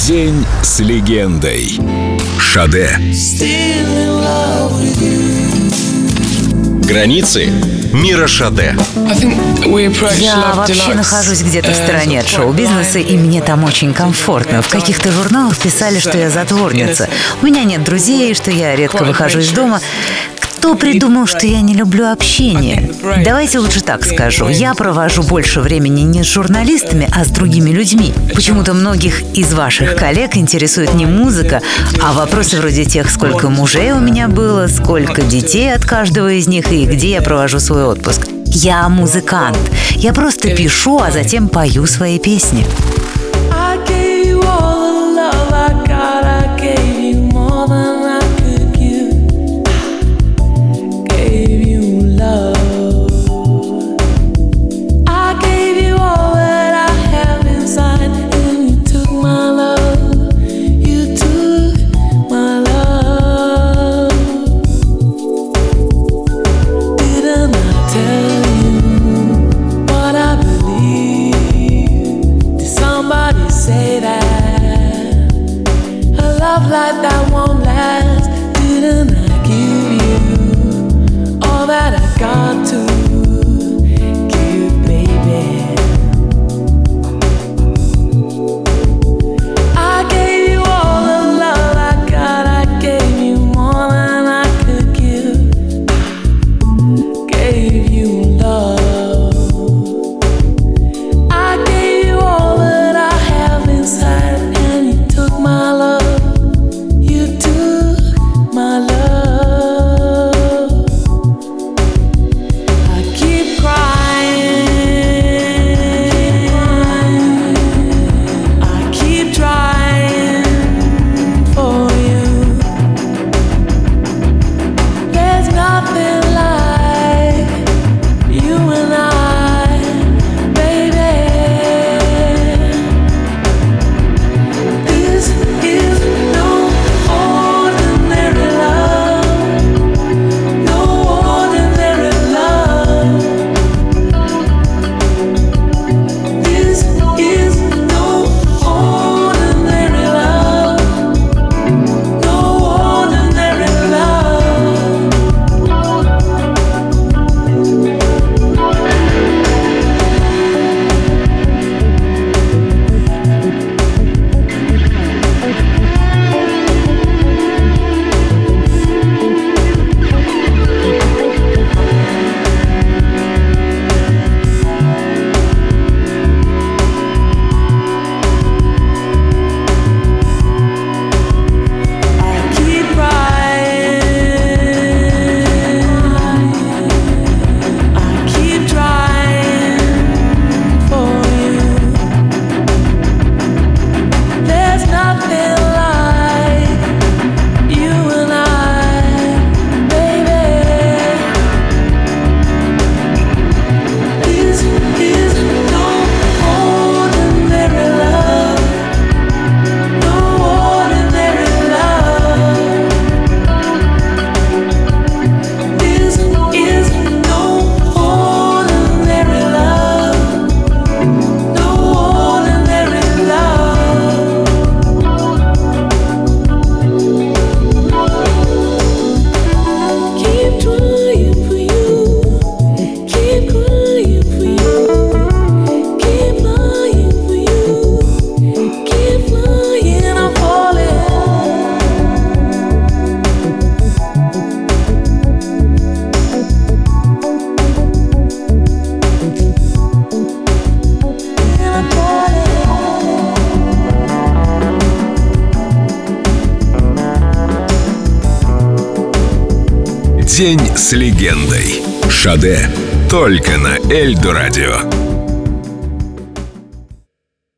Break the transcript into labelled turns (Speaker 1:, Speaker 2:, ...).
Speaker 1: День с легендой. Шаде.
Speaker 2: Границы мира Шаде.
Speaker 3: Я вообще нахожусь где-то в стороне от шоу-бизнеса, и мне там очень комфортно. В каких-то журналах писали, что я затворница. У меня нет друзей, что я редко выхожу из дома. Кто придумал, что я не люблю общение? Давайте лучше так скажу. Я провожу больше времени не с журналистами, а с другими людьми. Почему-то многих из ваших коллег интересует не музыка, а вопросы вроде тех, сколько мужей у меня было, сколько детей от каждого из них и где я провожу свой отпуск. Я музыкант. Я просто пишу, а затем пою свои песни.
Speaker 4: Like that won't last. Didn't I give you all that I got to give, baby? I gave you all the love I got. I gave you more than I could give. Gave you love. I gave you all that I have inside, and you took my love.
Speaker 1: День с легендой. Шаде. Только на Эльдо радио.